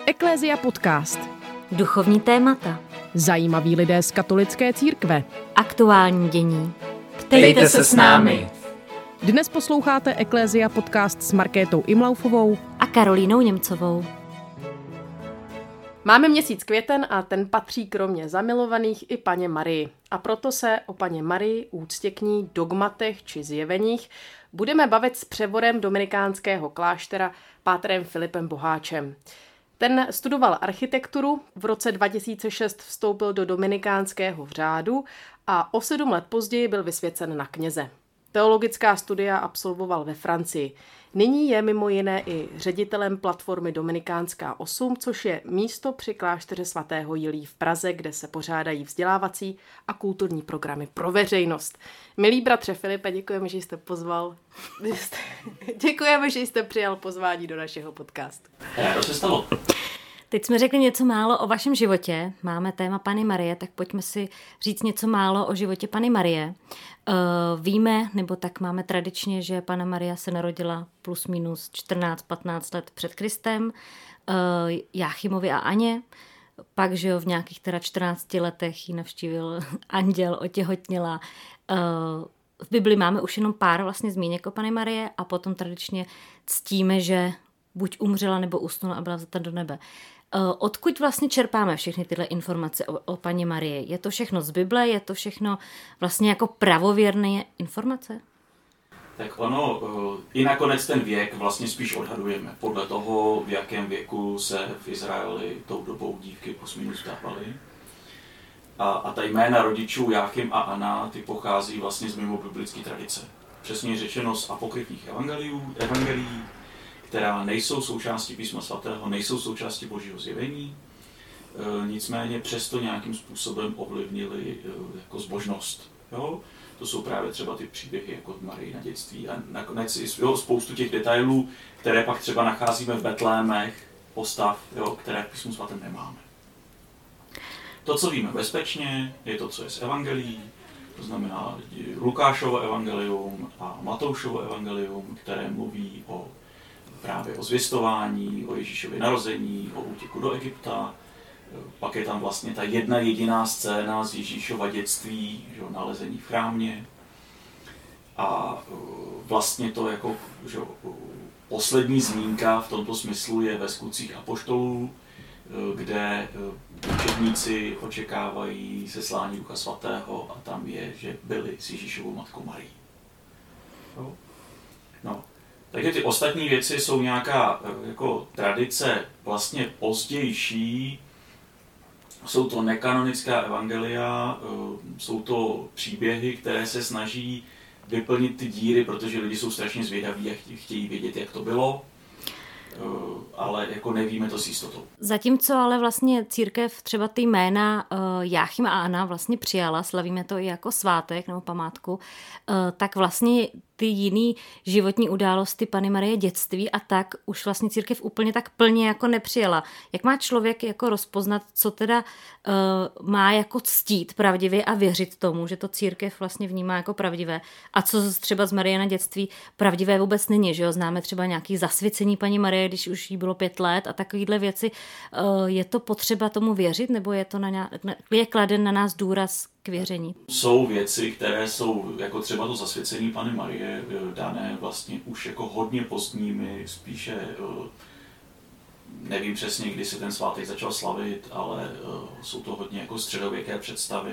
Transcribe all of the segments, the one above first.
Eklézia podcast. Duchovní témata. Zajímaví lidé z katolické církve. Aktuální dění. Ptejte se s námi. Dnes posloucháte Eklézia podcast s Markétou Imlaufovou a Karolínou Němcovou. Máme měsíc květen a ten patří kromě zamilovaných i Panně Marii. A proto se o Panně Marii, úctě k ní, dogmatech či zjeveních budeme bavit s převorem dominikánského kláštera pátrem Filipem Boháčem. Ten studoval architekturu, v roce 2006 vstoupil do dominikánského řádu a o 7 let později byl vysvěcen na kněze. Teologická studia absolvoval ve Francii. Nyní je mimo jiné i ředitelem platformy Dominikánská 8, což je místo při klášteře svatého Jilí v Praze, kde se pořádají vzdělávací a kulturní programy pro veřejnost. Milý bratře Filipe, děkujeme, že jste pozval. Děkujeme, že jste přijal pozvání do našeho podcastu. To se stalo. Teď jsme řekli něco málo o vašem životě, máme téma Panny Marie, tak pojďme si říct něco málo o životě Panny Marie. Víme, nebo tak máme tradičně, že Panna Maria se narodila plus minus 14-15 let před Kristem, Jáchymovi a Aně, pak, že jo, v nějakých teda 14 letech ji navštívil anděl, otěhotněla. V Bibli máme už jenom pár vlastně zmínek o Panny Marie a potom tradičně ctíme, že buď umřela nebo usnula a byla vzata do nebe. Odkud vlastně čerpáme všechny tyhle informace o Panně Marii? Je to všechno z Bible? Je to všechno vlastně jako pravověrné informace? Tak ono, i nakonec ten věk vlastně spíš odhadujeme. Podle toho, v jakém věku se v Izraeli tou dobou dívky plus minus dávaly. A ta jména rodičů Jáchym a Anna, ty pochází vlastně z mimo biblické tradice. Přesně řečeno z apokryfních evangelií, která nejsou součástí písma svatého, nejsou součástí Božího zjevení, nicméně přesto nějakým způsobem ovlivnili jako zbožnost. Jo? To jsou právě třeba ty příběhy jako Marii na dětství a nakonec i spoustu těch detailů, které pak třeba nacházíme v Betlémech, postav, jo, které v písmu svatém nemáme. To, co víme bezpečně, je to, co je z evangelií, to znamená Lukášovo evangelium a Matoušovo evangelium, které mluví právě o zvěstování, o Ježíšově narození, o útěku do Egypta. Pak je tam vlastně ta jedna jediná scéna z Ježíšova dětství, že, nalezení v chrámě. A vlastně to jako že, poslední zmínka v tomto smyslu je ve Skutcích apoštolů, kde učedníci očekávají seslání Ducha svatého a tam je, že byli s Ježíšovou matkou Marií. No. Takže ty ostatní věci jsou nějaká jako tradice vlastně pozdější, jsou to nekanonická evangelia, jsou to příběhy, které se snaží vyplnit ty díry, protože lidi jsou strašně zvědaví a chtějí vědět, jak to bylo, ale jako nevíme to s jistotou. Zatímco ale vlastně církev třeba ty jména Jáchym a Anna vlastně přijala, slavíme to i jako svátek nebo památku, tak vlastně ty jiný životní události Panny Marie dětství a tak už vlastně církev úplně tak plně jako nepřijala. Jak má člověk jako rozpoznat, co teda má jako ctít pravdivě a věřit tomu, že to církev vlastně vnímá jako pravdivé a co třeba z Marie na dětství pravdivé vůbec není, že jo? Známe třeba nějaký zasvěcení Panny Marie, když už jí bylo 5 let a takovýhle věci. Je to potřeba tomu věřit nebo je kladen na nás důraz k věření? Jsou věci, které jsou jako třeba to zasvěcení Panny Marie dané vlastně už jako hodně pozdními, spíše nevím přesně, kdy se ten svátek začal slavit, ale jsou to hodně jako středověké představy.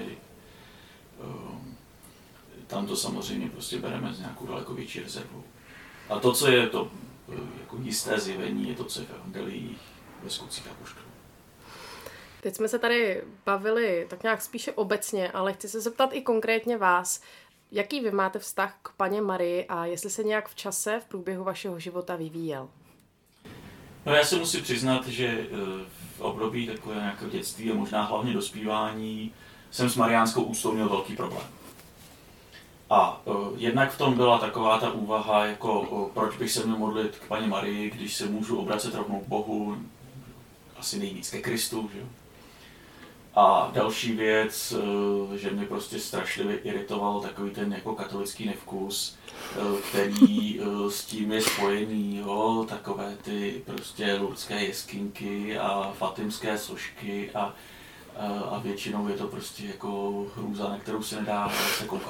Tam to samozřejmě prostě bereme z nějakou daleko větší rezervou. A to, co je to jako jisté zjevení, je to, co je v evangeliích, ve Skutcích apoštolů. Teď jsme se tady bavili tak nějak spíše obecně, ale chci se zeptat i konkrétně vás, jaký vy máte vztah k Panně Marii a jestli se nějak v čase, v průběhu vašeho života vyvíjel? No já se musím přiznat, že v období takové nějakého dětství a možná hlavně dospívání jsem s mariánskou úctou měl velký problém. A jednak v tom byla taková ta úvaha, jako proč bych se měl modlit k Panně Marii, když se můžu obracet rovnou k Bohu, asi nejvíc ke Kristu, že? A další věc, že mě prostě strašlivě iritoval takový ten jako katolický nevkus, který s tím je spojený, jo, takové ty prostě lurdské jeskyňky a fatimské sošky a většinou je to prostě jako hrůza, na kterou se nedá se koukat.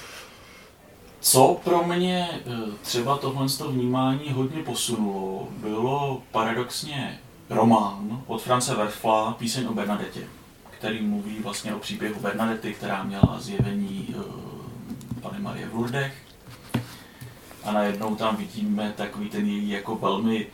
Co pro mě třeba tohle vnímání hodně posunulo, bylo paradoxně román od Franze Werfla Píseň o Bernadetě, který mluví vlastně o příběhu Bernadety, která měla zjevení Panny Marie v Lourdech. A najednou tam vidíme takový ten její jako velmi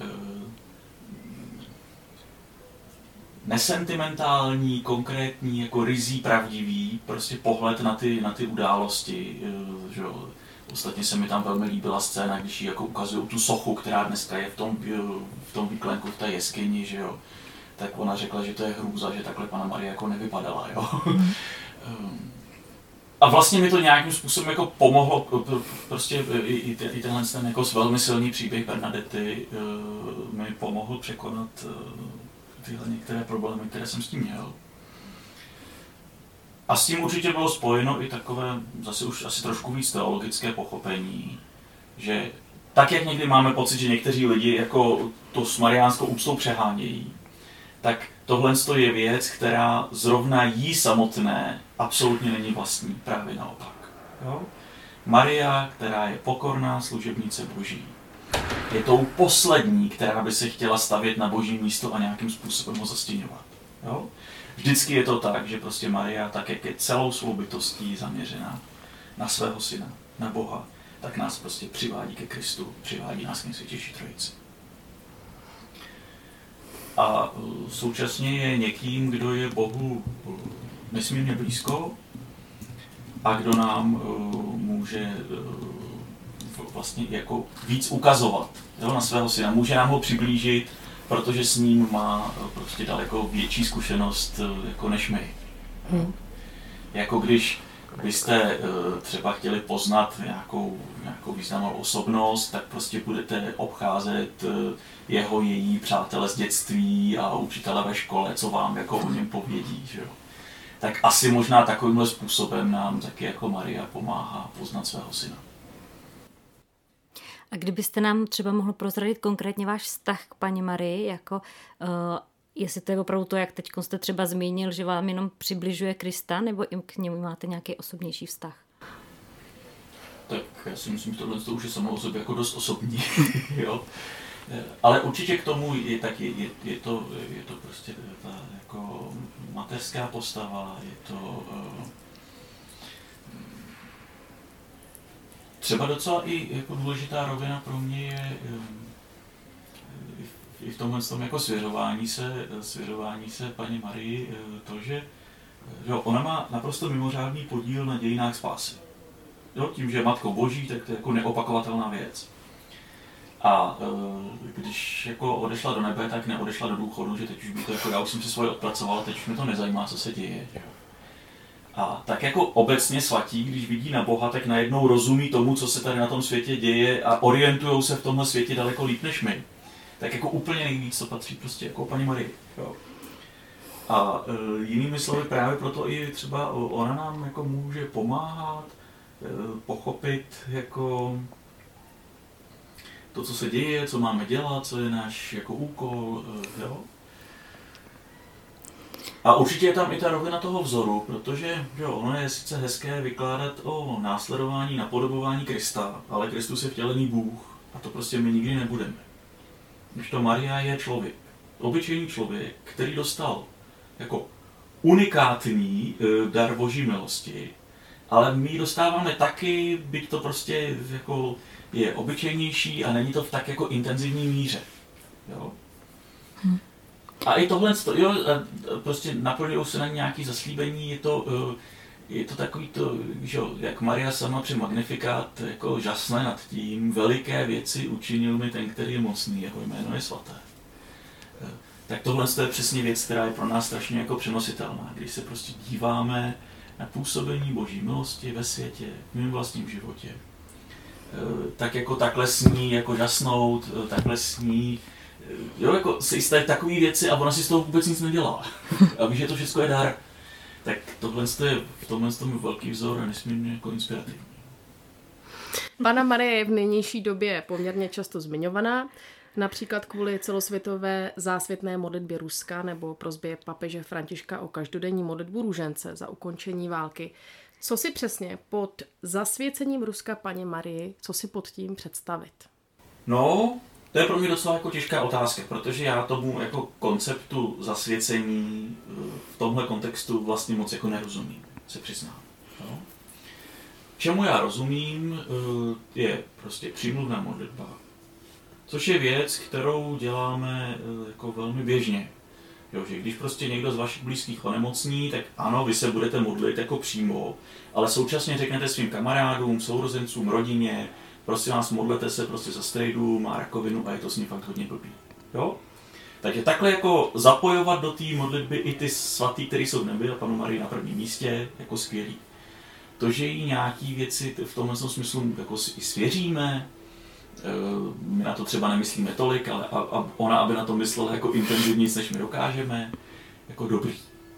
nesentimentální, konkrétní, jako ryzí, pravdivý prostě pohled na ty události. Že? Ostatně se mi tam velmi líbila scéna, když jí jako ukazují tu sochu, která dneska je v tom výklenku v té jeskyni, že jo. Tak ona řekla, že to je hrůza, že takhle Panna Marie jako nevypadala, jo. A vlastně mi to nějakým způsobem jako pomohlo, prostě i tenhle ten jako velmi silný příběh Bernadety mi pomohl překonat tyhle některé problémy, které jsem s tím měl. A s tím určitě bylo spojeno i takové, zase už asi trošku víc teologické pochopení, že tak, jak někdy máme pocit, že někteří lidi jako to s mariánskou úctou přehánějí, tak tohle je věc, která zrovna jí samotné absolutně není vlastní, právě naopak. Jo? Maria, která je pokorná služebnice Boží, je tou poslední, která by se chtěla stavět na Boží místo a nějakým způsobem ho zastěňovat. Jo? Vždycky je to tak, že prostě Maria, tak jak je celou svou bytostí zaměřená na svého syna, na Boha, tak nás prostě přivádí ke Kristu, přivádí nás k Nejsvětější Trojici. A současně je někým, kdo je Bohu nesmírně blízko a kdo nám může vlastně jako víc ukazovat, jo, na svého syna. Může nám ho přiblížit, protože s ním má prostě daleko větší zkušenost jako než my. Jako když byste třeba chtěli poznat nějakou významnou osobnost, tak prostě budete obcházet její přátele z dětství a učitele ve škole, co vám jako o něm povědí. Že jo? Tak asi možná takovýmhle způsobem nám taky jako Maria pomáhá poznat svého syna. A kdybyste nám třeba mohl prozradit konkrétně váš vztah k Panně Marii, jako jestli to je opravdu to, jak teď jste třeba zmínil, že vám jenom přibližuje Krista, nebo i k němu máte nějaký osobnější vztah? Tak já si myslím, že tohle už je samo o sobě jako dost osobní. Jo? Ale určitě k tomu je to prostě ta jako mateřská postava, je to třeba docela i jako důležitá rovina pro mě je i v tomhle jako svěřování se Paní Marii to, že ona má naprosto mimořádný podíl na dějinách spásy. Jo, tím, že je Matkou Boží, tak to je jako neopakovatelná věc. A když jako odešla do nebe, tak neodešla do důchodu, že teď už by to jako já už jsem si svoje odpracoval, teď už mě to nezajímá, co se děje. Jo. A tak jako obecně svatí, když vidí na Boha, tak najednou rozumí tomu, co se tady na tom světě děje a orientujou se v tomhle světě daleko líp než my. Tak jako úplně nejvíc to patří prostě jako Paní Marii. Jo. A jinými slovy právě proto i třeba ona nám jako může pomáhat pochopit jako to, co se děje, co máme dělat, co je náš jako úkol. Jo. A určitě je tam i ta rovina toho vzoru, protože ono je sice hezké vykládat o následování, napodobování Krista, ale Kristus je vtělený Bůh a to prostě my nikdy nebudeme. Když to Maria je člověk, obyčejný člověk, který dostal jako unikátní dar Boží milosti, ale my ji dostáváme taky, byť to prostě jako je obyčejnější a není to v tak jako intenzivní míře. Jo? A i tohle, jo, prostě naplňují se na nějaké zaslíbení, je to takový to, že jak Maria sama při Magnifikát jako žasne nad tím, veliké věci učinil mi ten, který je mocný, jeho jméno je svaté. Tak tohle je přesně věc, která je pro nás strašně jako přenositelná, když se prostě díváme na působení Boží milosti ve světě, v mém vlastním životě. Tak jako takhle s ní jako žasnout, takhle s ní jo, jako se jisté takové věci a ona si z toho vůbec nic nedělá. A víš, že to všechno je dar. Tak tohle je v tomhle tomu velký vzor a nesmírně jako inspirativní. Panna Marie je v nynější době poměrně často zmiňovaná, například kvůli celosvětové zásvětné modlitbě Ruska nebo prosbě papeže Františka o každodenní modlitbu růžence za ukončení války. Co si přesně pod zasvěcením Ruska Panně Marii, co si pod tím představit? No, to je pro mě docela jako těžká otázka, protože já tomu jako konceptu zasvěcení v tomhle kontextu vlastně moc jako nerozumím, se přiznám. No. Čemu já rozumím, je prostě přímluvná modlitba, což je věc, kterou děláme jako velmi běžně. Jo, že když prostě někdo z vašich blízkých onemocní, tak ano, vy se budete modlit jako přímo, ale současně řeknete svým kamarádům, sourozencům, rodině, prosím vás, modlete se prostě za strejdu, má rakovinu a je to s ním fakt hodně blbý. Jo? Takže takhle jako zapojovat do té modlitby i ty svatý, který jsou v nebi a Pannu Marii na prvním místě, jako skvělý. To, že jí nějaký věci v tomhle smyslu jako si i svěříme, my na to třeba nemyslíme tolik, ale ona, aby na to myslela jako intenzivnějc, než my dokážeme, jako dobrý.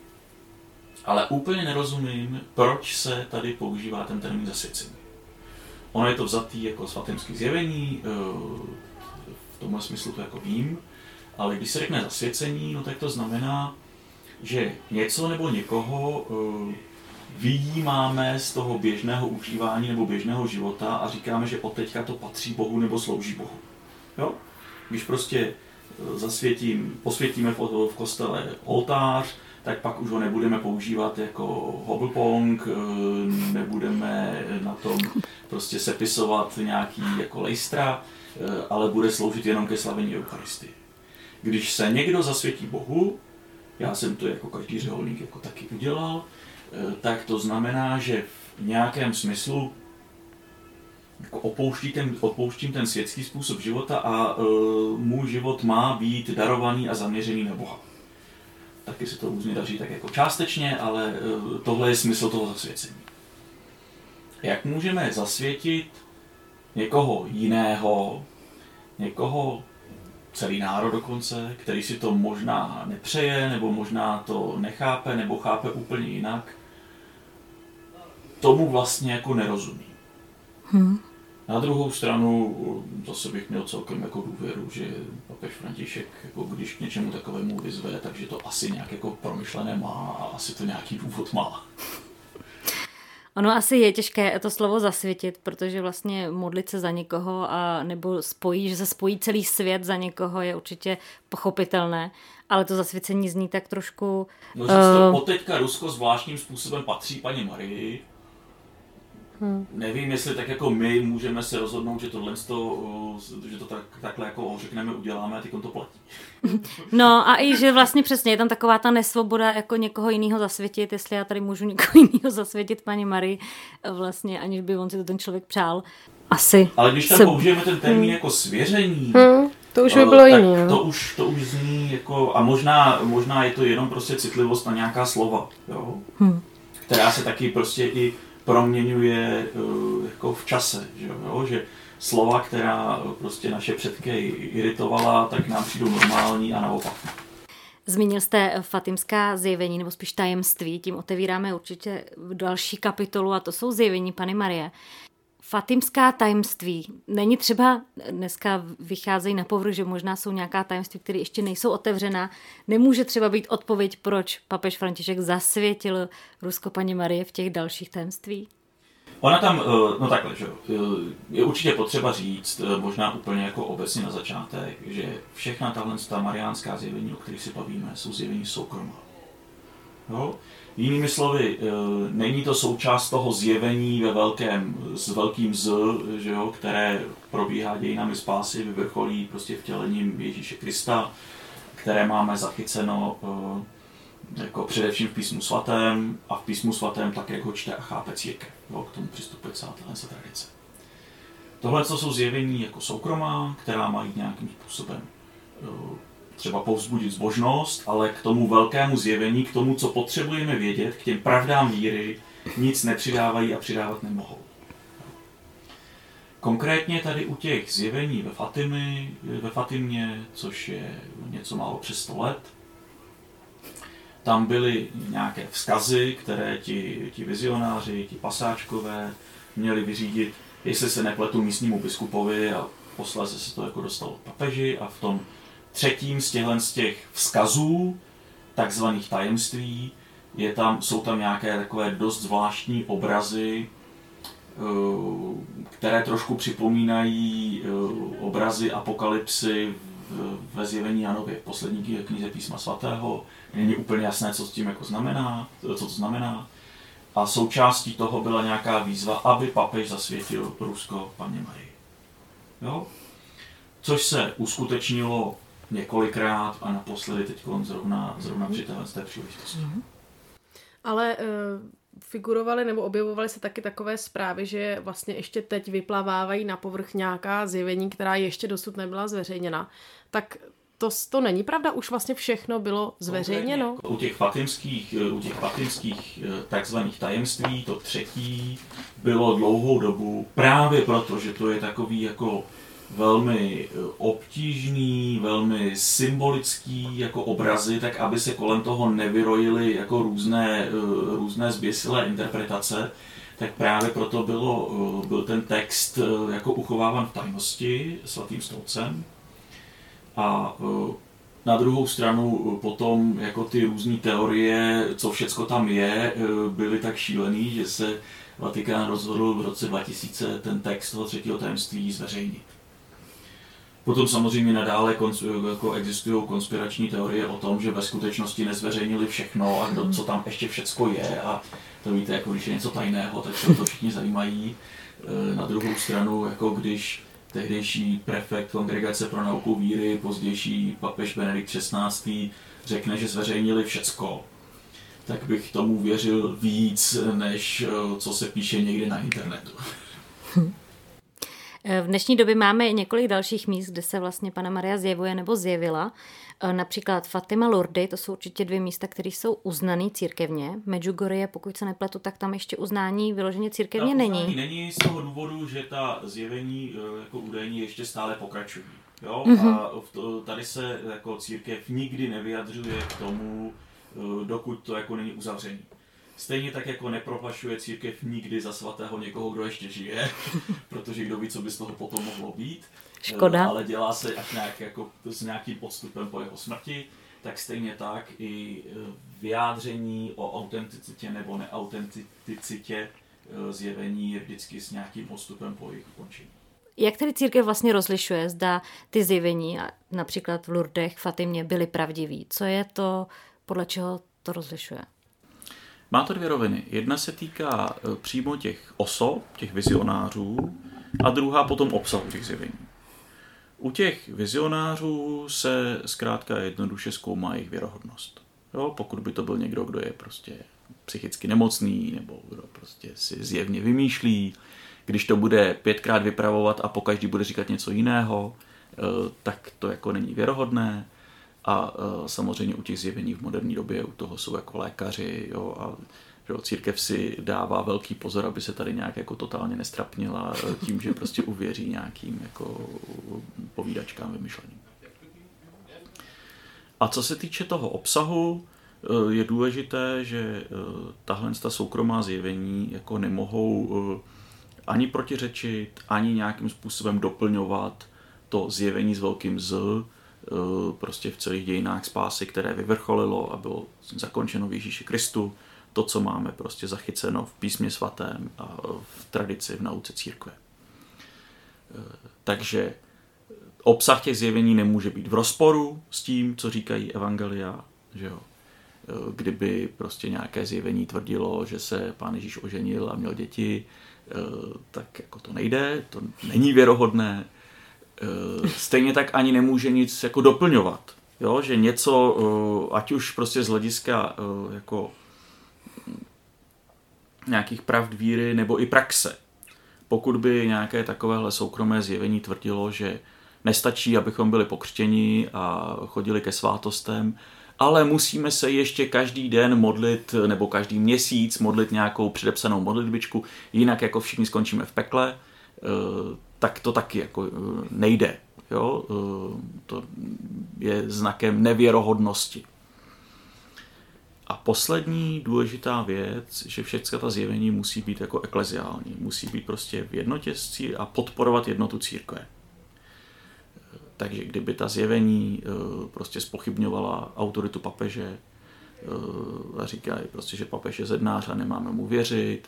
Ale úplně nerozumím, proč se tady používá ten termín zasvěcení. Ono je to vzatý jako svatémský zjevení, v tomhle smyslu to jako vím, ale když se řekne zasvěcení, no tak to znamená, že něco nebo někoho vyjímáme z toho běžného užívání nebo běžného života a říkáme, že od teďka to patří Bohu nebo slouží Bohu. Jo? Když prostě posvětíme v kostele oltář, tak pak už ho nebudeme používat jako hobblepong, nebudeme na tom prostě sepisovat nějaký jako lejstra, ale bude sloužit jenom ke slavení Eucharistie. Když se někdo zasvětí Bohu, já jsem to jako každý řeholník jako taky udělal, tak to znamená, že v nějakém smyslu jako opouštím ten světský způsob života a můj život má být darovaný a zaměřený na Boha. Taky se to různě daří tak jako částečně, ale tohle je smysl toho zasvěcení. Jak můžeme zasvětit někoho jiného, někoho, celý národ dokonce, který si to možná nepřeje, nebo možná to nechápe, nebo chápe úplně jinak, tomu vlastně jako nerozumí. Na druhou stranu zase bych měl celkem jako důvěru, že papež František, jako když k něčemu takovému vyzve, takže to asi nějak jako promyšlené má a asi to nějaký důvod má. Ono asi je těžké to slovo zasvětit, protože vlastně modlit se za někoho a nebo že se spojí celý svět za někoho je určitě pochopitelné, ale to zasvěcení zní tak trošku... No říct to, poteďka Rusko zvláštním způsobem patří Panně Marii. Nevím, jestli tak jako my můžeme se rozhodnout, že to takhle jako řekneme, uděláme a teď on to platí. No a i že vlastně přesně je tam taková ta nesvoboda jako někoho jiného zasvětit, jestli já tady můžu někoho jiného zasvětit Paní Marii, vlastně aniž by on si to ten člověk přál. Asi. Ale když tam použijeme ten termín jako svěření, to už by bylo jiné. To už zní jako, a možná je to jenom prostě citlivost na nějaká slova, jo? Která se taky prostě i proměňuje jako v čase, že slova, která prostě naše předky iritovala, tak nám přijdou normální a naopak. Zmínil jste fatimská zjevení, nebo spíš tajemství, tím otevíráme určitě další kapitolu a to jsou zjevení Panny Marie. Fatimská tajemství. Není třeba, dneska vycházejí na povrch, že možná jsou nějaká tajemství, které ještě nejsou otevřená. Nemůže třeba být odpověď, proč papež František zasvětil Rusko Paní Marie v těch dalších tajemství? Ona tam, no takhle, že je určitě potřeba říct, možná úplně jako obecně na začátek, že všechna ta mariánská zjevení, o kterých si bavíme, jsou zjevení soukromá. Jo? Jinými slovy, není to součást toho zjevení s velkým Z, že jo, které probíhá dějinami spásy, vyvrcholí prostě vtělením Ježíše Krista, které máme zachyceno jako především v Písmu svatém a v Písmu svatém tak, jak ho čte a chápe církev. K tomu přistupuje celá tradice. Tohle jsou zjevení jako soukromá, která mají nějakým způsobem třeba povzbudit zbožnost, ale k tomu velkému zjevení, k tomu, co potřebujeme vědět, k těm pravdám víry, nic nepřidávají a přidávat nemohou. Konkrétně tady u těch zjevení ve Fatimě, což je něco málo přes 100 let, tam byly nějaké vzkazy, které ti vizionáři, ti pasáčkové měli vyřídit, jestli se nepletu, místnímu biskupovi a posléze se to jako dostalo k papeži a v tom třetím z těch vzkazů, takzvaných tajemství, jsou tam nějaké takové dost zvláštní obrazy, které trošku připomínají obrazy apokalypsy ve Zjevení Janově, v poslední knize Písma svatého. Není úplně jasné, co to znamená. A součástí toho byla nějaká výzva, aby papež zasvětil Rusko Panně Marii. Jo? Což se uskutečnilo několikrát a naposledy teď zrovna při té příležitosti. Ale figurovaly nebo objevovaly se taky takové zprávy, že vlastně ještě teď vyplavávají na povrch nějaká zjevení, která ještě dosud nebyla zveřejněna. Tak to není pravda? Už vlastně všechno bylo zveřejněno? U těch fatimských takzvaných tajemství, to třetí bylo dlouhou dobu, právě proto, že to je takový jako velmi obtížný, velmi symbolický jako obrazy, tak aby se kolem toho nevyrojily jako různé zběsilé interpretace, tak právě proto byl ten text jako uchováván v tajnosti svatým stolcem. A na druhou stranu potom jako ty různé teorie, co všecko tam je, byly tak šílený, že se Vatikán rozhodl v roce 2000 ten text toho třetího tajemství zveřejnit. Potom samozřejmě nadále jako existují konspirační teorie o tom, že ve skutečnosti nezveřejnili všechno a co tam ještě všecko je. A to víte, jako když je něco tajného, tak se to všichni zajímají. Na druhou stranu, jako když tehdejší prefekt Kongregace pro nauku víry, pozdější papež Benedikt XVI. Řekne, že zveřejnili všecko, tak bych tomu věřil víc, než co se píše někde na internetu. V dnešní době máme několik dalších míst, kde se vlastně Panna Maria zjevuje nebo zjevila. Například Fatima, Lourdes, to jsou určitě 2 místa, které jsou uznané církevně. Medjugorje, pokud se nepletu, tak tam ještě uznání vyloženě církevně není. Není z toho důvodu, že ta zjevení jako údajní ještě stále pokračují. Jo? A tady se jako církev nikdy nevyjadřuje k tomu, dokud to jako není uzavřený. Stejně tak jako neprohlašuje církev nikdy za svatého někoho, kdo ještě žije, protože kdo ví, co by z toho potom mohlo být. Škoda. Ale dělá se až s nějakým odstupem po jeho smrti, tak stejně tak i vyjádření o autenticitě nebo neautenticitě zjevení je vždycky s nějakým odstupem po jejich ukončení. Jak tedy církev vlastně rozlišuje, zda ty zjevení, například v Lourdech, Fatimě, byly pravdivý? Co je to, podle čeho to rozlišuje? Má to 2 roviny. Jedna se týká přímo těch osob, těch vizionářů, a druhá potom obsahu těch zjevení. U těch vizionářů se zkrátka jednoduše zkoumá jejich věrohodnost. Jo, pokud by to byl někdo, kdo je prostě psychicky nemocný, nebo kdo prostě si zjevně vymýšlí, když to bude 5krát vypravovat a pokaždý bude říkat něco jiného, tak to jako není věrohodné. A samozřejmě u těch zjevení v moderní době, u toho jsou jako lékaři, jo, a že církev si dává velký pozor, aby se tady nějak jako totálně nestrapnila tím, že prostě uvěří nějakým jako povídačkám, vymyšleným. A co se týče toho obsahu, je důležité, že tahle soukromá zjevení jako nemohou ani protiřečit, ani nějakým způsobem doplňovat to zjevení s velkým Z, prostě v celých dějinách spásy, které vyvrcholilo a bylo zakončeno v Ježíši Kristu, to, co máme prostě zachyceno v písmě svatém a v tradici, v nauce církve. Takže obsah těch zjevení nemůže být v rozporu s tím, co říkají evangelia, že jo. Kdyby prostě nějaké zjevení tvrdilo, že se Pán Ježíš oženil a měl děti, tak jako to nejde, to není věrohodné. Stejně tak ani nemůže nic jako doplňovat, jo? Že něco, ať už prostě z hlediska jako nějakých pravd víry nebo i praxe. Pokud by nějaké takovéhle soukromé zjevení tvrdilo, že nestačí, abychom byli pokřtěni a chodili ke svátostem, ale musíme se ještě každý den modlit nebo každý měsíc modlit nějakou předepsanou modlitbičku, jinak jako všichni skončíme v pekle, tak to taky jako nejde. Jo? To je znakem nevěrohodnosti. A poslední důležitá věc, že všechna ta zjevení musí být jako ekleziální, musí být prostě v jednotě a podporovat jednotu církve. Takže kdyby ta zjevení prostě zpochybňovala autoritu papeže a říkají prostě, že papež je zednář a nemáme mu věřit,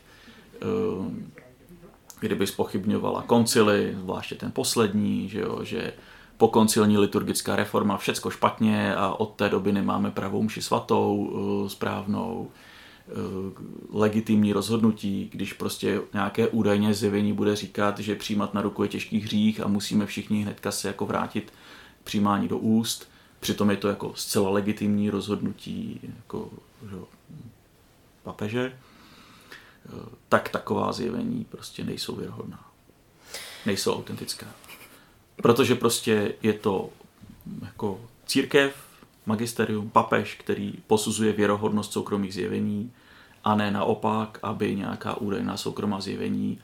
kdyby zpochybňovala koncily, zvláště ten poslední, že pokoncilní liturgická reforma, všecko špatně a od té doby nemáme pravou mši svatou, správnou, legitimní rozhodnutí, když prostě nějaké údajně zjevení bude říkat, že přijímat na ruku je těžký hřích a musíme všichni hnedka se jako vrátit k přijímání do úst. Přitom je to jako zcela legitimní rozhodnutí jako papeže. Tak taková zjevení prostě nejsou věrohodná. Nejsou autentická. Protože prostě je to jako církev, magisterium, papež, který posuzuje věrohodnost soukromých zjevení a ne naopak, aby nějaká údajná soukromá zjevení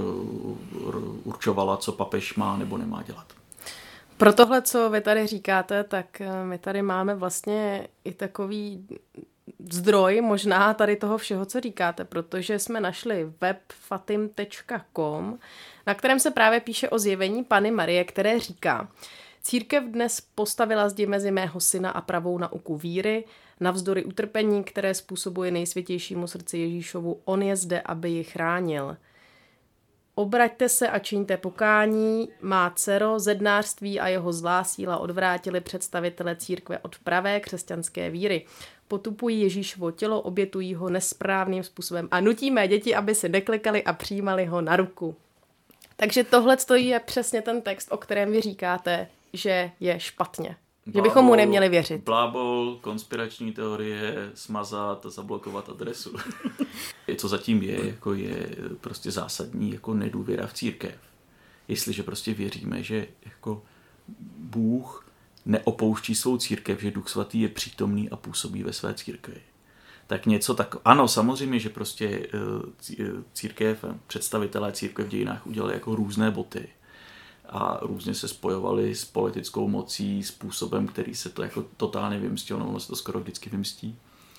určovala, co papež má nebo nemá dělat. Pro tohle, co vy tady říkáte, tak my tady máme vlastně i takový zdroj možná tady toho všeho, co říkáte, protože jsme našli web fatim.com, na kterém se právě píše o zjevení Panny Marie, které říká: Církev dnes postavila zdi mezi mého syna a pravou nauku víry. Navzdory utrpení, které způsobuje nejsvětějšímu srdci Ježíšovu, on je zde, aby ji chránil. Obraťte se a čiňte pokání, má dcero, zednářství a jeho zlá síla odvrátili představitele církve od pravé křesťanské víry. Potupují Ježíšovo tělo, obětují ho nesprávným způsobem a nutí mé děti, aby se neklikali a přijímali ho na ruku. Takže tohle je přesně ten text, o kterém vy říkáte, že je špatně. Že bychom mu neměli věřit. Blábol, konspirační teorie, smazat a zablokovat adresu. Co zatím je prostě zásadní jako nedůvěra v církev. Jestliže prostě věříme, že jako Bůh neopouští svou církev, že Duch Svatý je přítomný a působí ve své církvi. Tak něco tak. Ano, samozřejmě, že prostě církev, představitelé církve v dějinách udělali jako různé boty a různě se spojovali s politickou mocí způsobem, který se to jako totálně vymstilo, nebo se to skoro vždycky vymstí.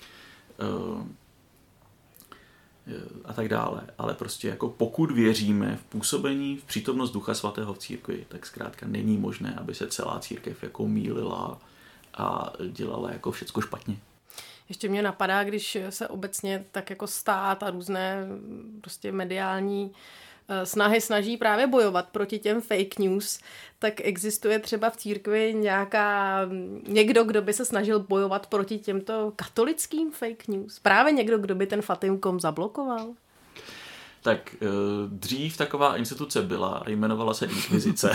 A tak dále. Ale prostě jako pokud věříme v působení, v přítomnost Ducha Svatého v církvi, tak zkrátka není možné, aby se celá církev jako mýlila a dělala jako všecko špatně. Ještě mě napadá, když se obecně tak jako stát a různé prostě mediální snahy snaží právě bojovat proti těm fake news, tak existuje třeba v církvi někdo, kdo by se snažil bojovat proti těmto katolickým fake news? Právě někdo, kdo by ten Fatim.com zablokoval? Tak dřív taková instituce byla a jmenovala se Inkvizice.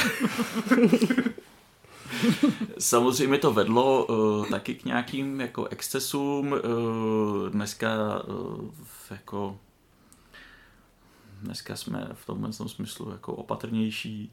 Samozřejmě to vedlo taky k nějakým jako excesům. Dneska jsme v tomhle smyslu jako opatrnější.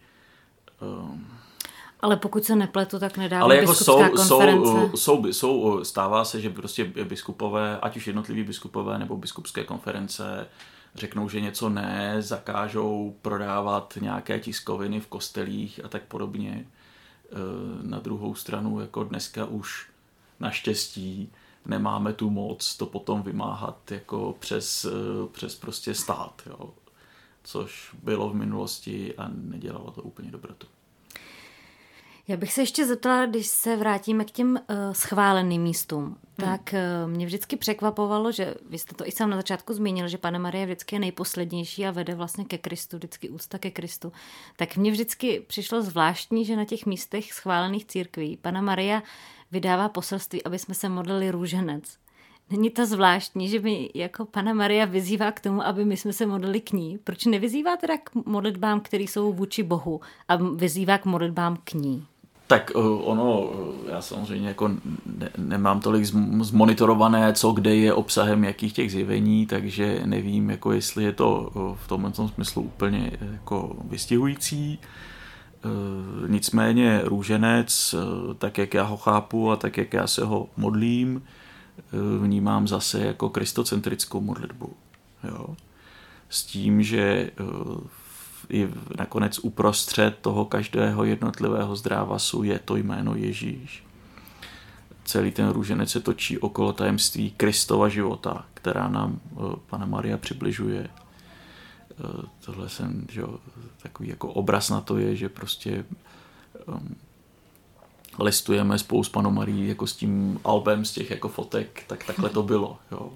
Ale pokud se nepletu, tak nedává biskupská konference. Stává se, že prostě biskupové, ať už jednotliví biskupové nebo biskupské konference řeknou, že něco ne, zakážou prodávat nějaké tiskoviny v kostelích a tak podobně. Na druhou stranu, jako dneska už naštěstí nemáme tu moc to potom vymáhat jako přes prostě stát, jo. Což bylo v minulosti a nedělalo to úplně dobrotu. Já bych se ještě zeptala, když se vrátíme k těm schváleným místům, tak mě vždycky překvapovalo, že vy jste to i sám na začátku zmínil, že Panna Marie vždycky je nejposlednější a vede vlastně ke Kristu, vždycky úcta ke Kristu. Tak mně vždycky přišlo zvláštní, že na těch místech schválených církví Panna Maria vydává poselství, aby jsme se modlili růženec. Není to zvláštní, že mi jako Panna Maria vyzývá k tomu, aby my jsme se modlili k ní? Proč nevyzývá teda k modlitbám, které jsou vůči Bohu, a vyzývá k modlitbám k ní? Tak já samozřejmě jako nemám tolik zmonitorované, co kde je obsahem jakých těch zjevení, takže nevím, jako jestli je to v tomhle smyslu úplně jako vystihující. Nicméně růženec, tak jak já ho chápu a tak jak já se ho modlím, vnímám zase jako kristocentrickou modlitbu. Jo? S tím, že nakonec uprostřed toho každého jednotlivého zdrávasu je to jméno Ježíš. Celý ten růženec se točí okolo tajemství Kristova života, která nám Panna Maria přibližuje. Tohle takový jako obraz na to je, že prostě listujeme spolu s Pannou Marií jako s tím albem z těch jako fotek, tak takhle to bylo. Jo.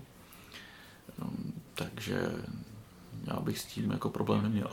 Takže já bych s tím jako problém neměl.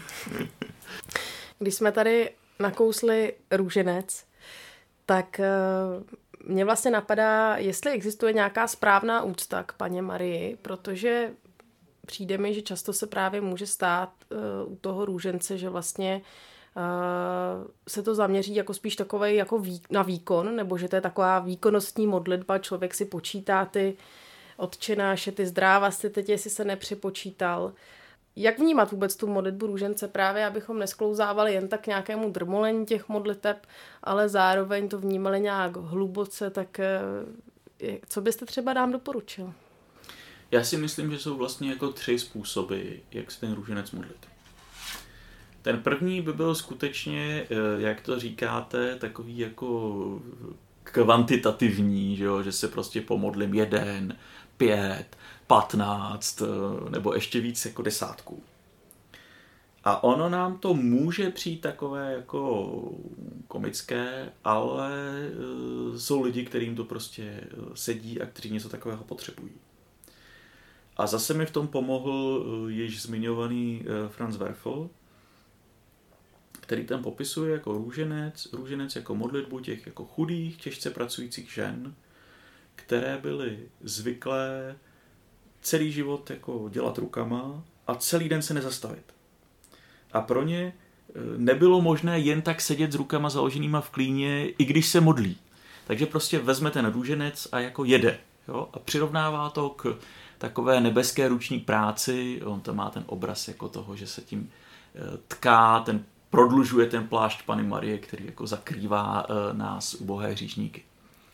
Když jsme tady nakousli růženec, tak mě vlastně napadá, jestli existuje nějaká správná úcta k Panně Marii, protože přijde mi, že často se právě může stát u toho růžence, že vlastně se to zaměří jako spíš takové jako na výkon, nebo že to je taková výkonnostní modlitba, člověk si počítá ty otčenáše, ty zdrávasty, teď jestli se nepřepočítal. Jak vnímat vůbec tu modlitbu růžence právě, abychom nesklouzávali jen tak k nějakému drmolení těch modliteb, ale zároveň to vnímali nějak hluboce, tak co byste třeba nám doporučil? Já si myslím, že jsou vlastně jako 3 způsoby, jak se ten růženec modlit. Ten první by byl skutečně, jak to říkáte, takový jako kvantitativní, že se prostě pomodlím 1, 5, 15 nebo ještě víc jako 10. A ono nám to může přijít takové jako komické, ale jsou lidi, kterým to prostě sedí a kteří něco takového potřebují. A zase mi v tom pomohl již zmiňovaný Franz Werfel, který tam popisuje jako růženec jako modlitbu těch jako chudých, těžce pracujících žen, které byly zvyklé celý život jako dělat rukama a celý den se nezastavit. A pro ně nebylo možné jen tak sedět s rukama založenýma v klíně, i když se modlí. Takže prostě vezme ten růženec a jako jede. Jo? A přirovnává to k takové nebeské ruční práci. On tam má ten obraz jako toho, že se tím tká, prodlužuje ten plášť Panny Marie, který jako zakrývá nás ubohé hříšníky.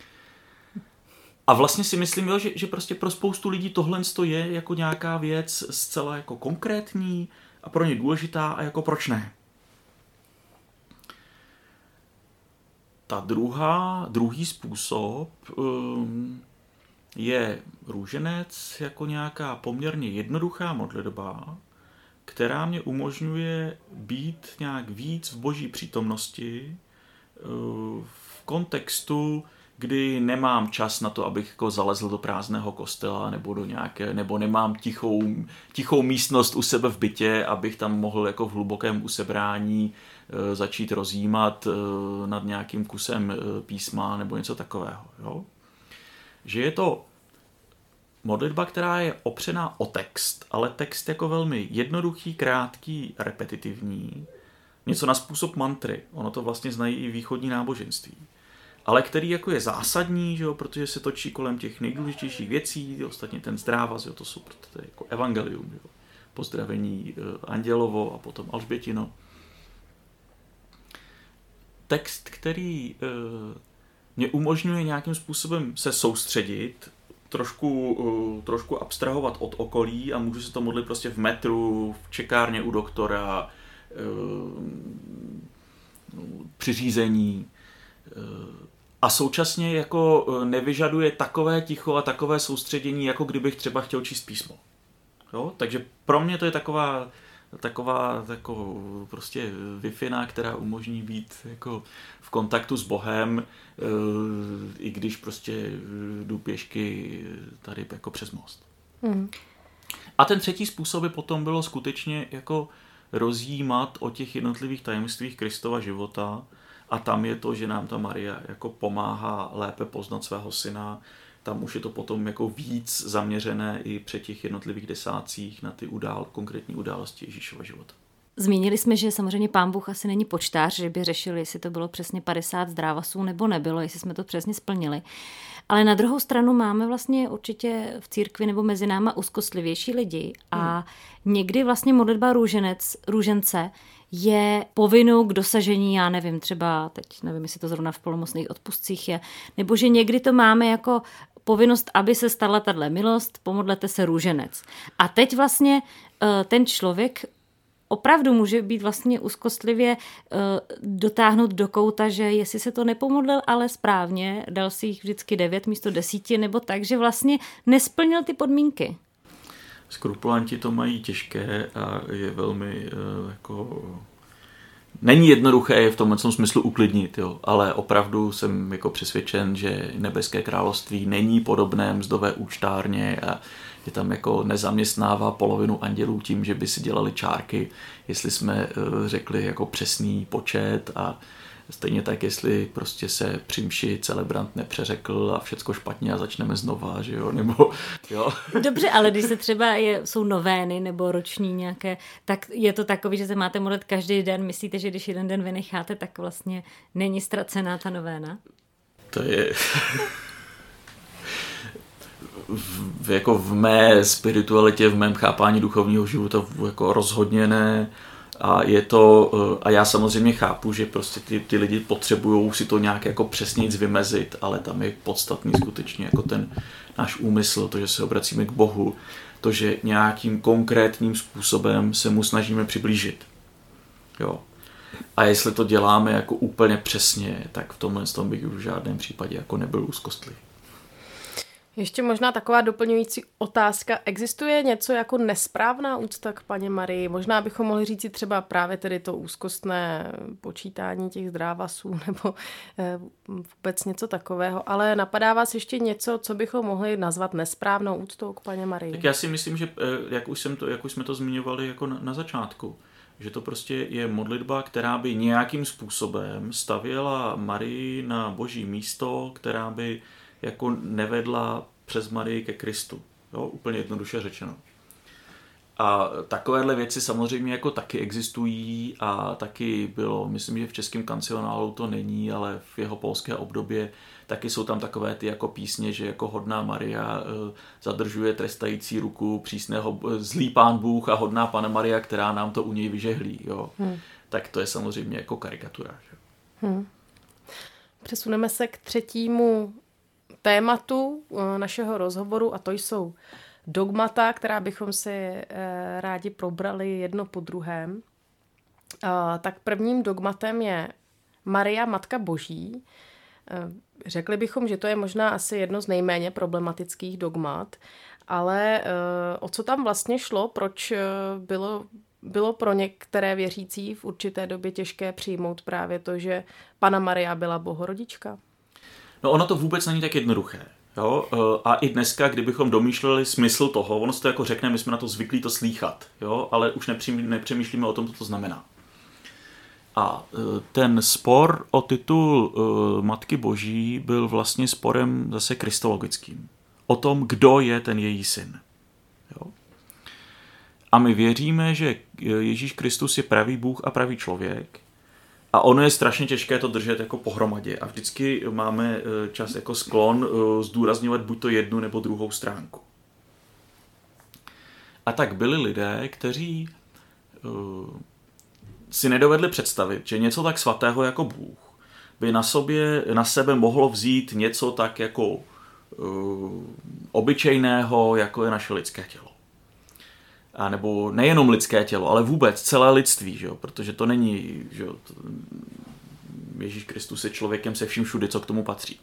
A vlastně si myslím, že prostě pro spoustu lidí tohle je jako nějaká věc zcela jako konkrétní a pro ně důležitá a jako proč ne. Druhý způsob je růženec jako nějaká poměrně jednoduchá modlitba, která mě umožňuje být nějak víc v boží přítomnosti v kontextu, kdy nemám čas na to, abych jako zalezl do prázdného kostela nebo nemám tichou místnost u sebe v bytě, abych tam mohl jako v hlubokém usebrání začít rozjímat nad nějakým kusem písma nebo něco takového. Jo? Že je to modlitba, která je opřená o text, ale text jako velmi jednoduchý, krátký, repetitivní, něco na způsob mantry. Ono to vlastně znají i východní náboženství. Ale který jako je zásadní, že jo, protože se točí kolem těch nejdůležitějších věcí, ostatně ten zdrávaz, jo, to jsou to je jako evangelium, jo, pozdravení Andělovo a potom Alžbětino. Text, který mě umožňuje nějakým způsobem se soustředit, trošku abstrahovat od okolí a můžu se to modlit prostě v metru, v čekárně u doktora, při řízení. A současně jako nevyžaduje takové ticho a takové soustředění, jako kdybych třeba chtěl číst písmo. Jo? Takže pro mě to je taková prostě Wi-Fi, která umožní být jako v kontaktu s Bohem, i když prostě jdu pěšky tady jako přes most. Mm. A ten třetí způsob by potom bylo skutečně jako rozjímat o těch jednotlivých tajemstvích Kristova života, a tam je to, že nám ta Maria jako pomáhá lépe poznat svého syna. Tam už je to potom jako víc zaměřené i při těch jednotlivých desátcích na ty konkrétní události Ježíšova života. Zmínili jsme, že samozřejmě Pán Bůh asi není počtář, že by řešili, jestli to bylo přesně 50 zdrávasů nebo nebylo, jestli jsme to přesně splnili. Ale na druhou stranu máme vlastně určitě v církvi nebo mezi náma úzkostlivější lidi a někdy vlastně modlitba růžence je povinnou k dosažení, já nevím, třeba teď nevím, jestli to zrovna v polomocných odpustcích je, nebo že někdy to máme jako povinnost, aby se stala tato milost, pomodlete se růženec. A teď vlastně ten člověk opravdu může být vlastně úzkostlivě dotáhnout do kouta, že jestli se to nepomodlil, ale správně, dal si jich vždycky 9 místo 10, nebo tak, že vlastně nesplnil ty podmínky. Skrupulanti to mají těžké a je velmi jako... Není jednoduché je v tomhle smyslu uklidnit, jo, ale opravdu jsem jako přesvědčen, že nebeské království není podobné mzdové účtárně a že tam jako nezaměstnává polovinu andělů tím, že by si dělali čárky, jestli jsme řekli jako přesný počet a stejně tak, jestli prostě se při mši celebrant nepřeřekl a všecko špatně a začneme znova, že jo, nebo jo. Dobře, ale když se třeba jsou novény nebo roční nějaké, tak je to takový, že se máte modlit každý den. Myslíte, že když jeden den vynecháte, tak vlastně není ztracená ta novéna? To je... jako v mé spiritualitě, v mém chápání duchovního života jako rozhodně ne. A je to, a já samozřejmě chápu, že prostě ty lidi potřebují si to nějak jako přesnějc vymezit, ale tam je podstatný skutečně jako ten náš úmysl, to, že se obracíme k Bohu, to, že nějakým konkrétním způsobem se mu snažíme přiblížit. Jo. A jestli to děláme jako úplně přesně, tak v tomhle bych už v žádném případě jako nebyl úzkostlivý. Ještě možná taková doplňující otázka. Existuje něco jako nesprávná úcta k Panně Marii? Možná bychom mohli říct třeba právě tedy to úzkostné počítání těch zdrávasů nebo vůbec něco takového, ale napadá vás ještě něco, co bychom mohli nazvat nesprávnou úctou k Panně Marii? Tak já si myslím, že jak už jsme to zmiňovali jako na začátku, že to prostě je modlitba, která by nějakým způsobem stavěla Marii na boží místo, která by jako nevedla přes Marii ke Kristu. Jo? Úplně jednoduše řečeno. A takovéhle věci samozřejmě jako taky existují a taky bylo, myslím, že v českém kancionálu to není, ale v jeho polské obdobě taky jsou tam takové ty jako písně, že jako hodná Maria zadržuje trestající ruku přísného zlý pán Bůh a hodná Panna Maria, která nám to u něj vyžehlí. Jo? Tak to je samozřejmě jako karikatura. Že? Přesuneme se k třetímu tématu našeho rozhovoru a to jsou dogmata, která bychom si rádi probrali jedno po druhém. Tak prvním dogmatem je Maria, Matka Boží. Řekli bychom, že to je možná asi jedno z nejméně problematických dogmat, ale o co tam vlastně šlo, proč bylo pro některé věřící v určité době těžké přijmout právě to, že Panna Maria byla bohorodička? No ono to vůbec není tak jednoduché. Jo? A i dneska, kdybychom domýšleli smysl toho, ono se to jako řekne, my jsme na to zvyklí to slýchat, jo? Ale už nepřemýšlíme o tom, co to znamená. A ten spor o titul Matky Boží byl vlastně sporem zase kristologickým. O tom, kdo je ten její syn. Jo? A my věříme, že Ježíš Kristus je pravý Bůh a pravý člověk. A ono je strašně těžké to držet jako pohromadě. A vždycky máme čas jako sklon zdůrazňovat buď to jednu nebo druhou stránku. A tak byli lidé, kteří si nedovedli představit, že něco tak svatého jako Bůh by na sebe mohlo vzít něco tak jako obyčejného, jako je naše lidské tělo. A nebo nejenom lidské tělo, ale vůbec celé lidství, že jo? Protože to není, že jo? Ježíš Kristus je člověkem se vším všude, co k tomu patří.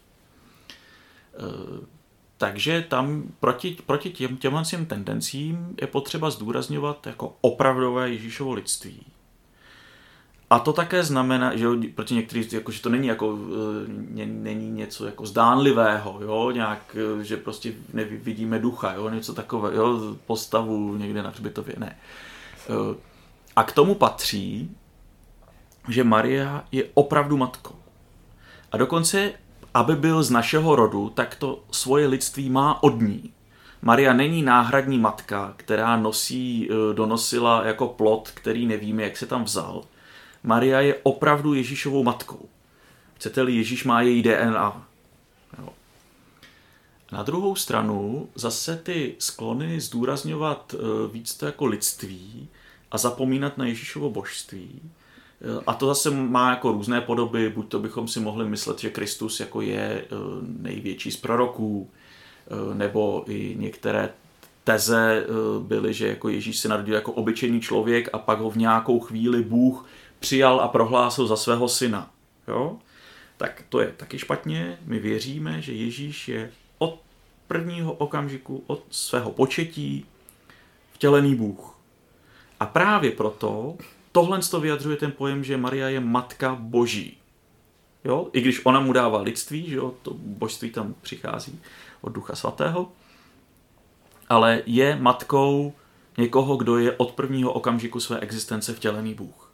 Takže tam proti těm tendencím je potřeba zdůrazňovat jako opravdové Ježíšovo lidství. A to také znamená, že proti některým, jako, že to není, jako, není něco jako zdánlivého, jo? Nějak, že prostě vidíme ducha, jo? Něco takové, jo? Postavu někde na hřbitově, ne. A k tomu patří, že Maria je opravdu matkou. A dokonce, aby byl z našeho rodu, tak to svoje lidství má od ní. Maria není náhradní matka, která donosila jako plod, který nevíme, jak se tam vzal. Maria je opravdu Ježíšovou matkou. Chcete-li, Ježíš má její DNA. Jo. Na druhou stranu zase ty sklony zdůrazňovat víc to jako lidství a zapomínat na Ježíšovo božství. A to zase má jako různé podoby, buď to bychom si mohli myslet, že Kristus jako je největší z proroků, nebo i některé teze byly, že jako Ježíš se narodil jako obyčejný člověk a pak ho v nějakou chvíli Bůh přijal a prohlásil za svého syna. Jo? Tak to je taky špatně. My věříme, že Ježíš je od prvního okamžiku, od svého početí vtělený Bůh. A právě proto tohle to vyjadřuje ten pojem, že Maria je matka Boží. Jo? I když ona mu dává lidství, že jo? To božství tam přichází od Ducha Svatého, ale je matkou někoho, kdo je od prvního okamžiku své existence vtělený Bůh.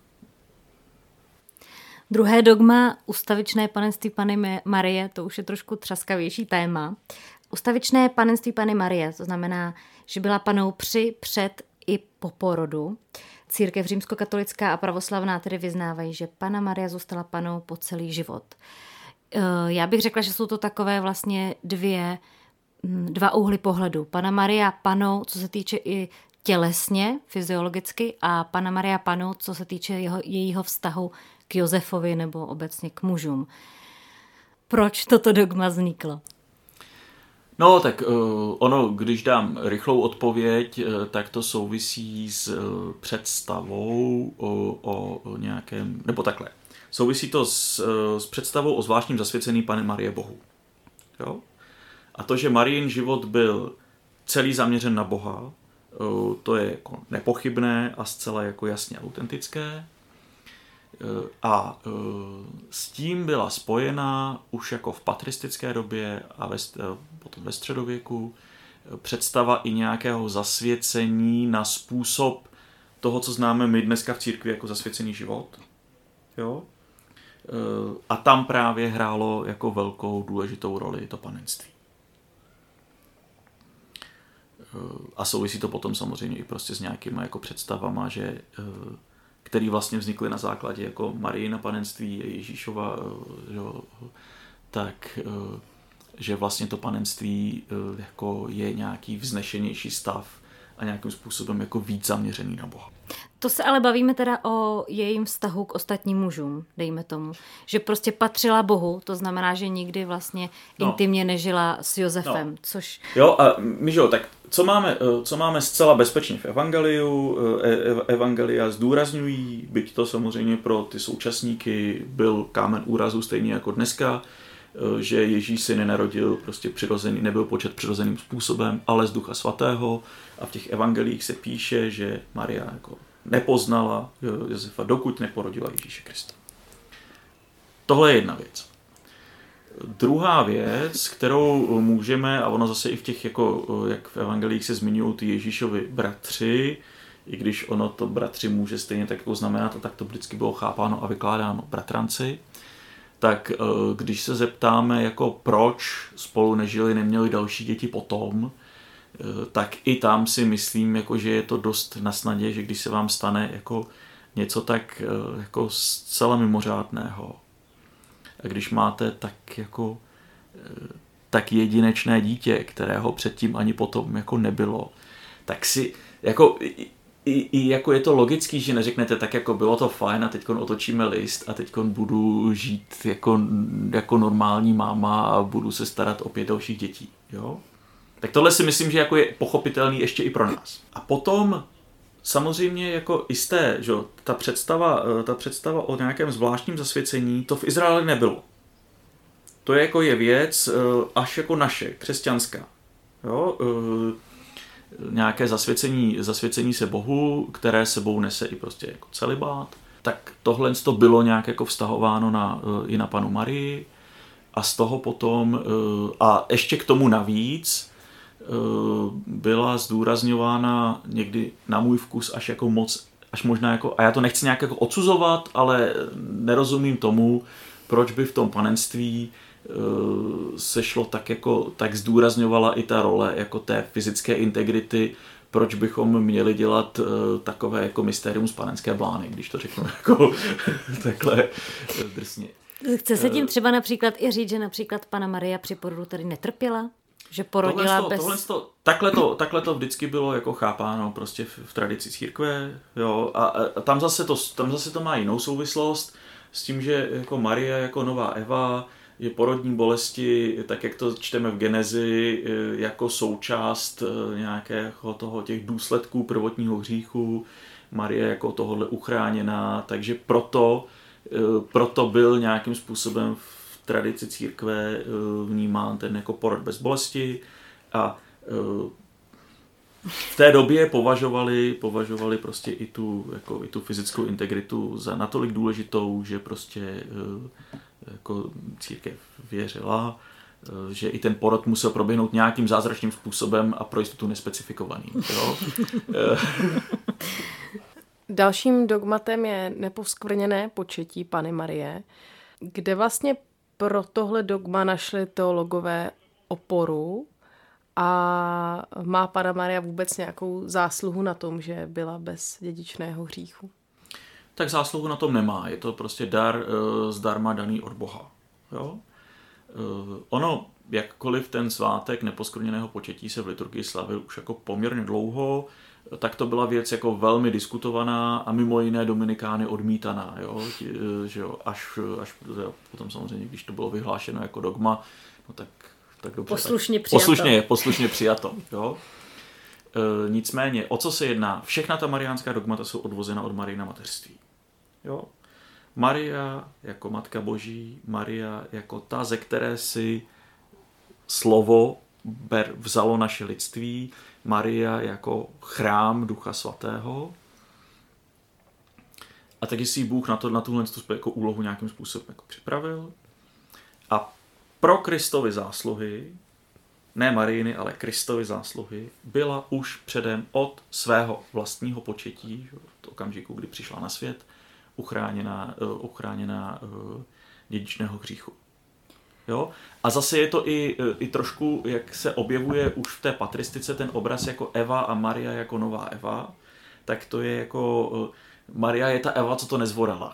Druhé dogma, ustavičné panenství Panny Marie, to už je trošku třaskavější téma. Ustavičné panenství Panny Marie, to znamená, že byla panou při, před i po porodu. Církev římskokatolická a pravoslavná tedy vyznávají, že Panna Maria zůstala panou po celý život. Já bych řekla, že jsou to takové vlastně dva úhly pohledu. Panna Maria panou, co se týče i tělesně, fyziologicky, a Panna Maria panou, co se týče jejího vztahu k Josefovi nebo obecně k mužům. Proč toto dogma vzniklo? No tak ono, když dám rychlou odpověď, tak to souvisí s představou o nějakém, nebo takhle. Souvisí to s představou o zvláštním zasvěcení Panny Marie Bohu. Jo? A to, že Marijin život byl celý zaměřen na Boha, to je jako nepochybné a zcela jako jasně autentické. A s tím byla spojena už jako v patristické době a potom ve středověku představa i nějakého zasvěcení na způsob toho, co známe my dneska v církvi jako zasvěcený život. Jo? A tam právě hrálo jako velkou důležitou roli to panenství. A souvisí to potom samozřejmě i prostě s nějakýma jako představama, že který vlastně vznikly na základě jako Marijina panenství, Ježíšova, tak že vlastně to panenství jako je nějaký vznešenější stav a nějakým způsobem jako víc zaměřený na Boha. To se ale bavíme teda o jejím vztahu k ostatním mužům, dejme tomu. Že prostě patřila Bohu, to znamená, že nikdy vlastně intimně nežila s Josefem, což... Jo, a Mížo, tak co máme zcela bezpečně v Evangeliu? Evangelia zdůrazňují, byť to samozřejmě pro ty současníky byl kámen úrazu stejně jako dneska, že Ježíš se nenarodil prostě přirozený, nebyl počet přirozeným způsobem, ale z Ducha Svatého, a v těch evangelích se píše, že Maria jako nepoznala Josefa, dokud neporodila Ježíše Krista. Tohle je jedna věc. Druhá věc, kterou můžeme, a ono zase i v těch, jako, jak v evangelích se zmiňují ty Ježíšovi bratři, i když ono to bratři může stejně tak jako znamenat, a tak to vždycky bylo chápáno a vykládáno bratranci, tak když se zeptáme, jako proč spolu nežili, neměli další děti potom, tak i tam si myslím, jako, že je to dost na snadě, že když se vám stane jako něco tak jako zcela mimořádného, a když máte tak jedinečné dítě, kterého předtím ani potom jako nebylo, tak si jako i jako je to logický, že neřeknete tak, jako bylo to fajn a teďkon otočíme list a teďkon budu žít jako normální máma a budu se starat o 5 dalších dětí. Jo? Tak tohle si myslím, že jako je pochopitelný ještě i pro nás. A potom samozřejmě jako jisté, že ta představa o nějakém zvláštním zasvěcení, to v Izraeli nebylo. To je jako je věc až jako naše, křesťanská. Jo? Nějaké zasvěcení se Bohu, které sebou nese i prostě jako celibát, tak tohle to bylo nějak jako vztahováno i na Pannu Marii a z toho potom, a ještě k tomu navíc, byla zdůrazňována někdy na můj vkus až jako moc, až možná jako, a já to nechci nějak jako odsuzovat, ale nerozumím tomu, proč by v tom panenství se šlo tak zdůrazňovala i ta role jako té fyzické integrity, proč bychom měli dělat takové jako mystérium z panenské blány, když to řeknu jako takhle drsně. Chce se tím třeba například i říct, že například Panna Maria při porodu tady netrpěla? Že porodila takhle to vždycky bylo jako chápáno prostě v tradici církve, jo, a tam zase to má jinou souvislost s tím, že jako Marie jako nová Eva je porodní bolesti, tak jak to čteme v Genezi, jako součást nějakého toho těch důsledků prvotního hříchu, Marie jako tohohle uchráněná, takže proto byl nějakým způsobem v tradici církve vnímán ten jako porod bez bolesti a v té době považovali prostě i tu fyzickou integritu za natolik důležitou, že prostě jako církev věřila, že i ten porod musel proběhnout nějakým zázračným způsobem a pro jistotu nespecifikovaný. Jo? Dalším dogmatem je neposkvrněné početí Panny Marie, kde vlastně pro tohle dogma našli teologové oporu a má Panna Maria vůbec nějakou zásluhu na tom, že byla bez dědičného hříchu? Tak zásluhu na tom nemá. Je to prostě dar zdarma daný od Boha. Jo? Ono, jakkoliv ten svátek neposkvrněného početí se v liturgii slavil už jako poměrně dlouho, tak to byla věc jako velmi diskutovaná a mimo jiné dominikány odmítaná. Jo? Že jo, až potom samozřejmě, když to bylo vyhlášeno jako dogma, no tak dobře. Poslušně přijato. Jo? Nicméně, o co se jedná? Všechna ta mariánská dogmata jsou odvozena od Marijina mateřství. Jo? Maria jako Matka Boží, Maria jako ta, ze které si slovo vzalo naše lidství, Maria jako chrám Ducha Svatého. A taky si Bůh na tuhle jako úlohu nějakým způsobem jako připravil. A pro Kristovy zásluhy, ne Marijiny, ale Kristovy zásluhy, byla už předem od svého vlastního početí, v okamžiku, kdy přišla na svět, uchráněná dědičného hříchu. Jo? A zase je to i trošku, jak se objevuje už v té patristice ten obraz jako Eva a Maria jako nová Eva, tak to je jako Maria je ta Eva, co to nezvorala.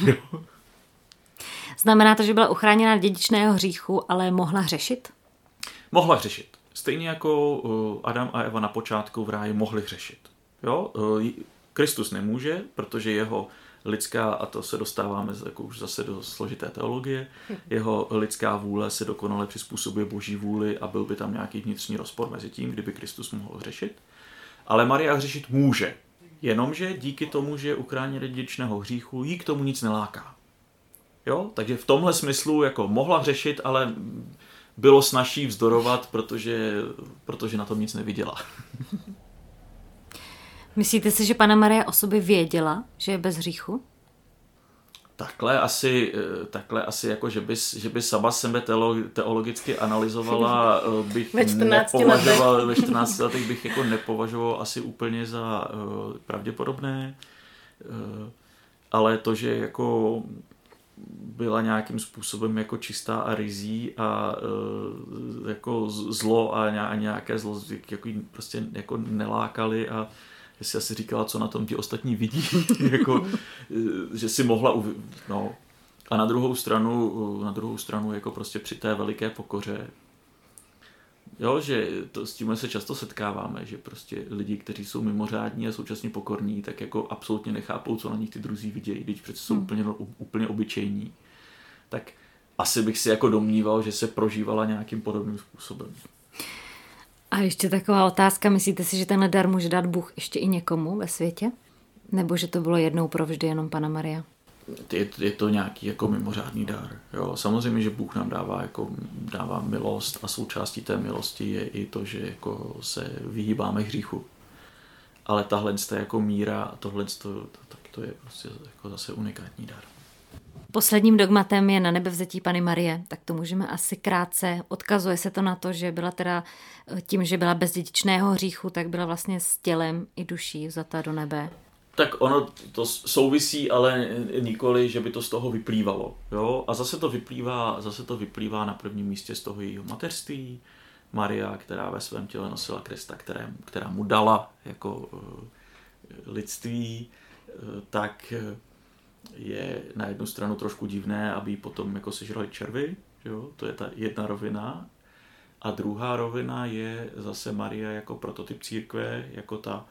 Znamená to, že byla uchráněna dědičného hříchu, ale mohla hřešit? Mohla hřešit. Stejně jako Adam a Eva na počátku v ráji mohli hřešit. Jo? Kristus nemůže, protože jeho lidská, a to se dostáváme jako už zase do složité teologie, jeho lidská vůle se dokonale přizpůsobuje Boží vůli a byl by tam nějaký vnitřní rozpor mezi tím, kdyby Kristus mohl hřešit. Ale Maria hřešit může. Jenomže díky tomu, že je uchráněna dědičného hříchu, jí k tomu nic neláká. Jo? Takže v tomhle smyslu jako mohla hřešit, ale bylo snazší vzdorovat, protože na tom nic neviděla. Myslíte si, že Panna Maria o sobě věděla, že je bez hříchu? Takhle asi jako, že by sama sebe teologicky analyzovala, bych nepovažoval, ve 14 letech bych jako nepovažoval asi úplně za pravděpodobné, ale to, že jako byla nějakým způsobem jako čistá a ryzí a jako zlo a nějaké zlo jako prostě jako nelákali a si asi říkala, co na tom ti ostatní vidí, jako, že si mohla no. A na druhou stranu jako prostě při té veliké pokoře, jo, že s tím se často setkáváme, že prostě lidi, kteří jsou mimořádní a současně pokorní, tak jako absolutně nechápou, co na nich ty druzí vidějí, když přece jsou úplně obyčejní. Tak asi bych si jako domníval, že se prožívala nějakým podobným způsobem. A ještě taková otázka, myslíte si, že tenhle dar může dát Bůh ještě i někomu ve světě? Nebo že to bylo jednou provždy jenom Panna Maria? Je to nějaký jako mimořádný dar. Jo? Samozřejmě, že Bůh nám dává milost a součástí té milosti je i to, že jako se vyhýbáme hříchu. Ale tahle jako míra a tohle to je prostě jako zase unikátní dar. Posledním dogmatem je na nebevzetí Panny Marie, tak to můžeme asi krátce, odkazuje se to na to, že byla teda tím, že byla bez dědičného hříchu, tak byla vlastně s tělem i duší vzata do nebe. Tak ono to souvisí, ale nikoli, že by to z toho vyplývalo. Jo? A zase to vyplývá na prvním místě z toho jejího mateřství. Maria, která ve svém těle nosila Krista, která mu dala jako lidství, tak je na jednu stranu trošku divné, aby potom jako sežrali červy. Jo? To je ta jedna rovina. A druhá rovina je zase Maria jako prototyp církve, jako ta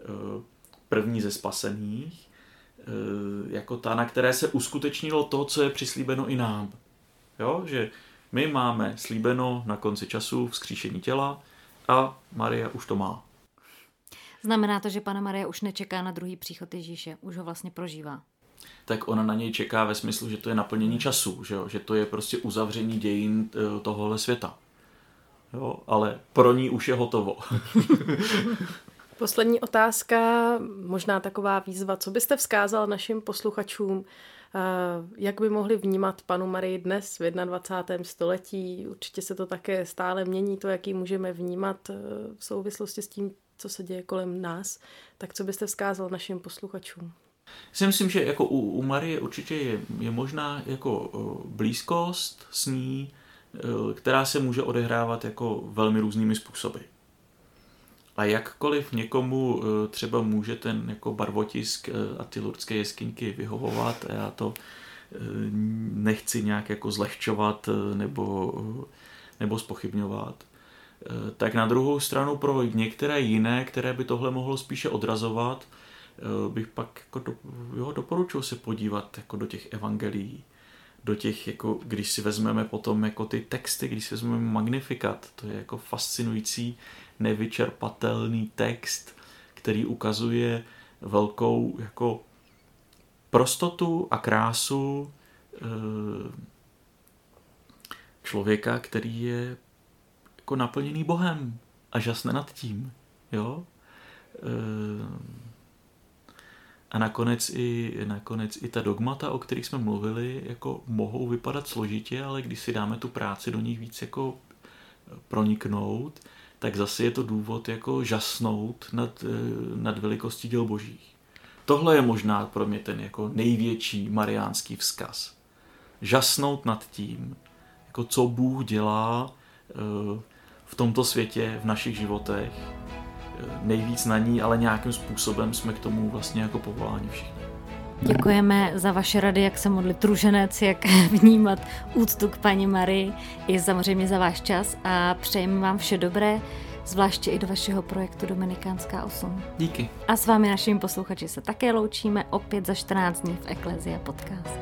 první ze spasených, jako ta, na které se uskutečnilo to, co je přislíbeno i nám. Jo? Že my máme slíbeno na konci času vzkříšení těla a Maria už to má. Znamená to, že Panna Marie už nečeká na druhý příchod Ježíše, už ho vlastně prožívá. Tak ona na něj čeká ve smyslu, že to je naplnění času, že to je prostě uzavření dějin tohohle světa. Jo? Ale pro ní už je hotovo. Poslední otázka, možná taková výzva. Co byste vzkázal našim posluchačům, jak by mohli vnímat Pannu Marii dnes v 21. století? Určitě se to také stále mění, to, jak ji můžeme vnímat v souvislosti s tím, co se děje kolem nás. Tak co byste vzkázal našim posluchačům? Si myslím, že jako u Marie určitě je možná jako blízkost s ní, která se může odehrávat jako velmi různými způsoby. A jakkoliv někomu třeba může ten jako barvotisk a ty lurdské jeskyňky vyhovovat, a já to nechci nějak jako zlehčovat nebo zpochybňovat, tak na druhou stranu pro některé jiné, které by tohle mohlo spíše odrazovat, bych pak jako doporučil se podívat jako do těch evangelií, do těch, jako, když si vezmeme potom jako ty texty, když si vezmeme Magnificat, to je jako fascinující, nevyčerpatelný text, který ukazuje velkou jako prostotu a krásu člověka, který je jako naplněný Bohem a žasne nad tím. Jo? A nakonec i ta dogmata, o kterých jsme mluvili, jako mohou vypadat složitě, ale když si dáme tu práci do nich víc jako proniknout, tak zase je to důvod jako žasnout nad velikostí děl božích. Tohle je možná pro mě ten jako největší mariánský vzkaz. Žasnout nad tím, jako co Bůh dělá v tomto světě, v našich životech. Nejvíc na ní, ale nějakým způsobem jsme k tomu vlastně jako povoláni všichni. Děkujeme za vaše rady, jak se modlit růženec, jak vnímat úctu k Panně Marii, i samozřejmě za váš čas a přejeme vám vše dobré, zvláště i do vašeho projektu Dominikánská 8. Díky. A s vámi, našimi posluchači, se také loučíme opět za 14 dní v Ecclesia Podcast.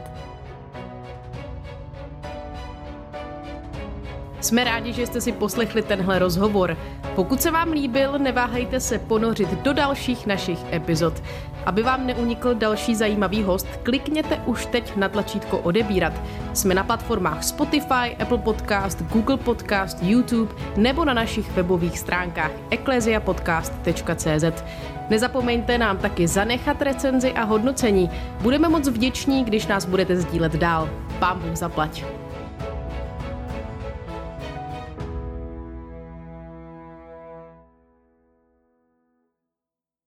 Jsme rádi, že jste si poslechli tenhle rozhovor. Pokud se vám líbil, neváhejte se ponořit do dalších našich epizod. Aby vám neunikl další zajímavý host, klikněte už teď na tlačítko odebírat. Jsme na platformách Spotify, Apple Podcast, Google Podcast, YouTube nebo na našich webových stránkách ecclesiapodcast.cz. Nezapomeňte nám taky zanechat recenzi a hodnocení. Budeme moc vděční, když nás budete sdílet dál. Pán Bůh zaplať.